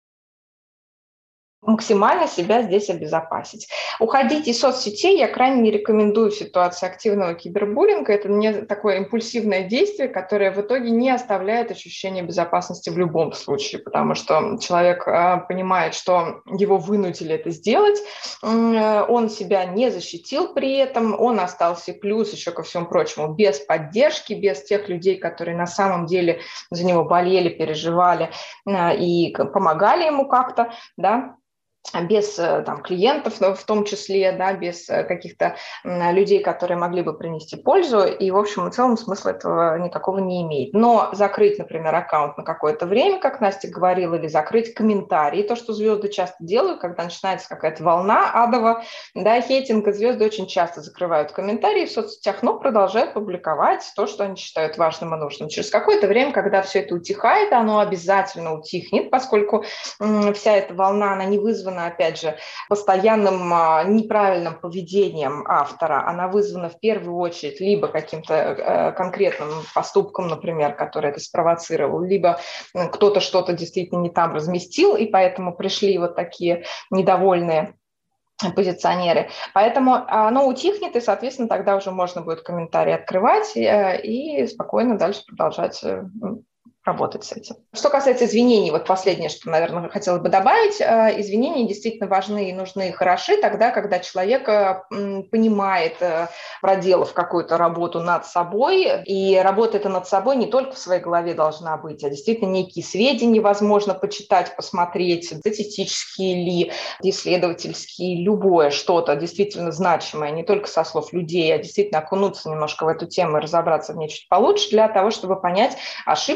Speaker 4: Максимально себя здесь обезопасить. Уходить из соцсетей я крайне не рекомендую в ситуации активного кибербуллинга. Это не такое импульсивное действие, которое в итоге не оставляет ощущения безопасности в любом случае, потому что человек э, понимает, что его вынудили это сделать, э, он себя не защитил при этом, он остался плюс еще ко всему прочему без поддержки, без тех людей, которые на самом деле за него болели, переживали э, и помогали ему как-то, да, без там, клиентов в том числе, да, без каких-то людей, которые могли бы принести пользу, и в общем и целом смысла этого никакого не имеет. Но закрыть, например, аккаунт на какое-то время, как Настя говорила, или закрыть комментарии, то, что звезды часто делают, когда начинается какая-то волна адова, да, хейтинга, звезды очень часто закрывают комментарии в соцсетях, но продолжают публиковать то, что они считают важным и нужным. Через какое-то время, когда все это утихает, оно обязательно утихнет, поскольку м, вся эта волна, она не вызвана, опять же, постоянным неправильным поведением автора, она вызвана в первую очередь либо каким-то конкретным поступком, например, который это спровоцировал, либо кто-то что-то действительно не там разместил, и поэтому пришли вот такие недовольные позиционеры. Поэтому оно утихнет, и, соответственно, тогда уже можно будет комментарии открывать и спокойно дальше продолжать работать с этим. Что касается извинений, вот последнее, что, наверное, хотела бы добавить, извинения действительно важны и нужны и хороши тогда, когда человек понимает, проделав какую-то работу над собой, и работа эта над собой не только в своей голове должна быть, а действительно некие сведения возможно почитать, посмотреть, статистические ли, исследовательские, любое что-то действительно значимое, не только со слов людей, а действительно окунуться немножко в эту тему и разобраться в ней чуть получше для того, чтобы понять, ошибся ты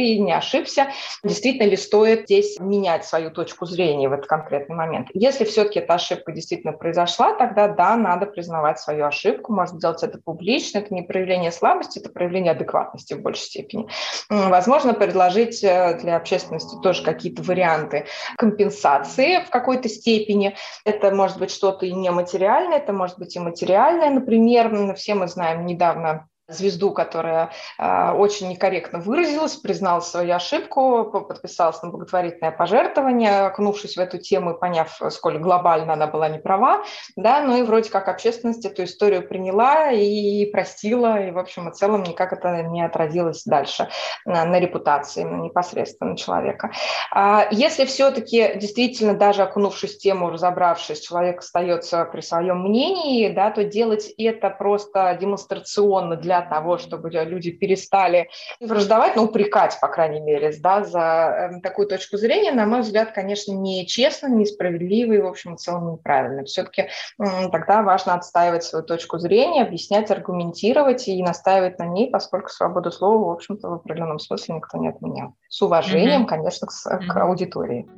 Speaker 4: ты не ошибся, действительно ли стоит здесь менять свою точку зрения в этот конкретный момент. Если все-таки эта ошибка действительно произошла, тогда да, надо признавать свою ошибку, можно делать это публично, это не проявление слабости, это проявление адекватности в большей степени. Возможно, предложить для общественности тоже какие-то варианты компенсации в какой-то степени. Это может быть что-то и нематериальное, это может быть и материальное. Например, все мы знаем недавно звезду, которая э, очень некорректно выразилась, признала свою ошибку, подписалась на благотворительное пожертвование, окунувшись в эту тему и поняв, сколь глобально она была не права, да, ну и вроде как общественность эту историю приняла и простила, и в общем и целом никак это не отразилось дальше на, на репутации непосредственно человека. А если все-таки действительно даже окунувшись в тему, разобравшись, человек остается при своем мнении, да, то делать это просто демонстрационно для того, чтобы люди перестали враждовать, ну, упрекать, по крайней мере, да, за такую точку зрения, на мой взгляд, конечно, нечестно, несправедливо и, в общем, в целом неправильно. Все-таки тогда важно отстаивать свою точку зрения, объяснять, аргументировать и настаивать на ней, поскольку свободу слова, в общем-то, в определенном смысле никто не отменял. С уважением, mm-hmm. конечно, к, mm-hmm. к аудитории.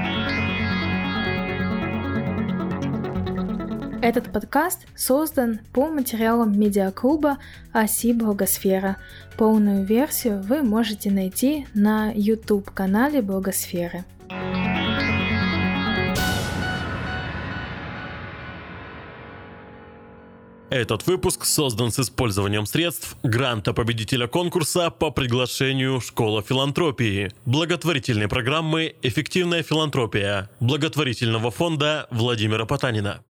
Speaker 2: Этот подкаст создан по материалам медиаклуба ОСИ «Благосфера». Полную версию вы можете найти на YouTube-канале «Благосферы».
Speaker 5: Этот выпуск создан с использованием средств гранта победителя конкурса по приглашению «Школа филантропии», благотворительной программы «Эффективная филантропия» благотворительного фонда Владимира Потанина.